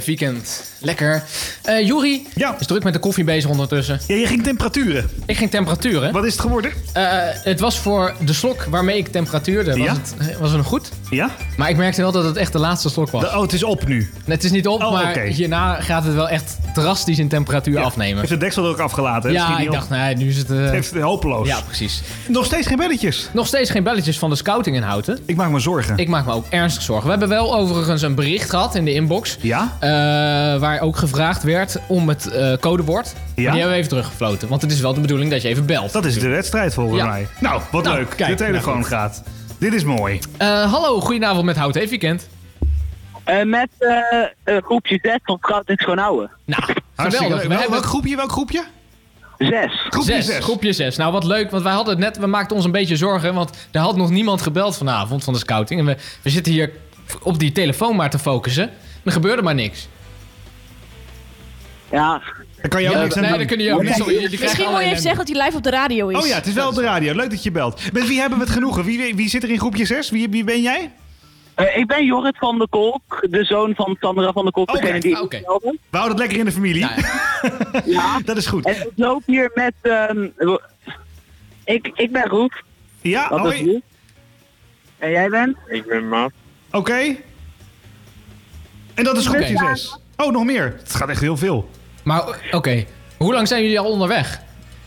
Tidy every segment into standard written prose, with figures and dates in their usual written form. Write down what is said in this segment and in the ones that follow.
Weekend. Lekker. Juri is druk met de koffie bezig ondertussen. Ja, je ging temperaturen. Ik ging temperaturen. Wat is het geworden? Het was voor de slok waarmee ik temperatuurde. Was het nog goed? Ja? Maar ik merkte wel dat het echt de laatste slok was. Het is op nu. Nee, het is niet op, maar hierna gaat het wel echt drastisch in temperatuur afnemen. Heeft de deksel er ook afgelaten? Ja, ik dacht, nee, nu is het... Heeft het hopeloos. Ja, precies. Nog steeds geen belletjes? Nog steeds geen belletjes van de scouting in Houten. Ik maak me zorgen. Ik maak me ook ernstig zorgen. We hebben wel overigens een bericht gehad in de inbox. Ja? Waar ook gevraagd werd om het codewoord. Ja? Maar die hebben we even teruggefloten. Want het is wel de bedoeling dat je even belt. Dat is de wedstrijd volgens mij. Nou, wat leuk. Kijk, de telefoon gaat. Dit is mooi. Hallo, goedenavond met Houten Weekend. Met groepje 6 van Scouting Schoonhouden. Nou, geweldig. Welk groepje? 6. Groepje 6. Nou, wat leuk, want wij hadden het net, we maakten ons een beetje zorgen, want er had nog niemand gebeld vanavond van de scouting. En we zitten hier op die telefoon maar te focussen. Er gebeurde maar niks. Ja. Dan kan je ook niks aan doen. Dat kun je ook niet. Misschien moet je even zeggen dat hij live op de radio is. Oh ja, het is wel op de radio. Leuk dat je belt. Met wie hebben we het genoegen? Wie zit er in groepje 6? Wie ben jij? Ik ben Jorrit van der Kolk, de zoon van Sandra van der Kolk. Degene die we houden het lekker in de familie. Ja. Dat is goed. En ik loop hier met... ik ben Roef. Ja, hoi. En jij bent? Ik ben Maat. Oké. En dat is groepje 6. Oh, nog meer. Het gaat echt heel veel. Maar oké. Hoe lang zijn jullie al onderweg?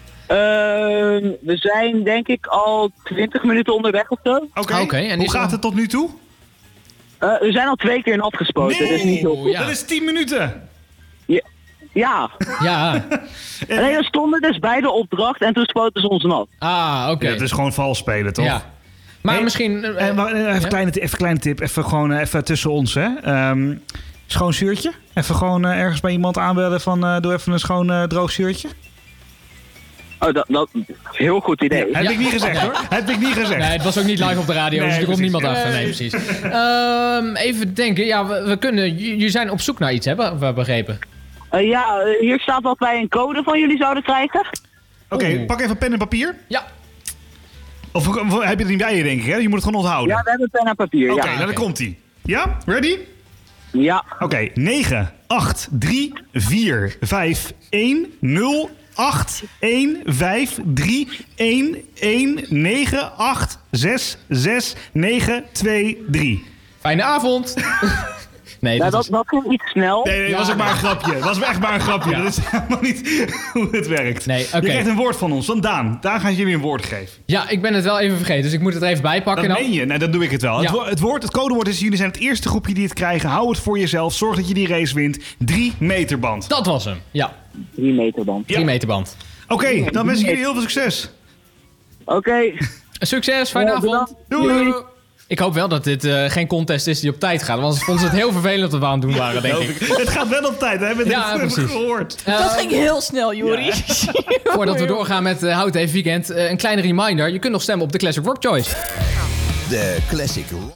We zijn denk ik al 20 minuten onderweg of zo. Oké. En hoe gaat het tot nu toe? We zijn al 2 keer afgespoten. Nee, dus niet heel dat is 10 minuten. Ja. Alleen we stonden dus bij de opdracht en toen spoten ze ons nat. Ah, oké. Ja, het is gewoon vals spelen, toch? Ja. Maar misschien... Even kleine tip. Even tussen ons, hè. Schoon shirtje. Even gewoon ergens bij iemand aanbellen van... doe even een schoon droog shirtje. Oh, dat heel goed idee. Heb ik niet gezegd, hoor. Heb ik niet gezegd. Nee, het was ook niet live op de radio, dus er komt niemand achter. Nee, precies. Even denken. Ja, we kunnen... Jullie zijn op zoek naar iets, hebben we begrepen? Hier staat dat wij een code van jullie zouden krijgen. Oké, pak even pen en papier. Ja. Of heb je het niet bij je, denk ik, hè? Je moet het gewoon onthouden. Ja, we hebben pen en papier, Oké, nou dan komt-ie. Ja? Ready? Ja. Oké, 9, 8, 3, 4, 5, 1, 0, 8, 1, 5, 3, 1, 1, 9, 8, 6, 6, 9, 2, 3. Fijne avond. Nee, dat ging iets snel. Nee, dat was ook maar een grapje. Dat was echt maar een grapje. Ja. Dat is helemaal niet hoe het werkt. Nee, Je krijgt een woord van ons, van Daan. Daan gaat jullie een woord geven. Ja, ik ben het wel even vergeten, dus ik moet het er even bij pakken. Dat meen je? Nee, dan doe ik het wel. Ja. Het codewoord is, jullie zijn het eerste groepje die het krijgen. Hou het voor jezelf. Zorg dat je die race wint. 3 meter band. Dat was hem, ja. 3 meter band. 3 meter band. Oké, dan wens ik jullie heel veel succes. Oké. Succes, fijne avond. Doei. Ik hoop wel dat dit geen contest is die op tijd gaat. Want anders vonden ze het heel vervelend dat we aan het doen waren, denk ik. Het gaat wel op tijd, hè? We hebben het gehoord. Dat ging heel snel, Juri. Ja. Voordat we doorgaan met Houten Weekend, een kleine reminder. Je kunt nog stemmen op de Classic Rock Choice. De Classic Rock.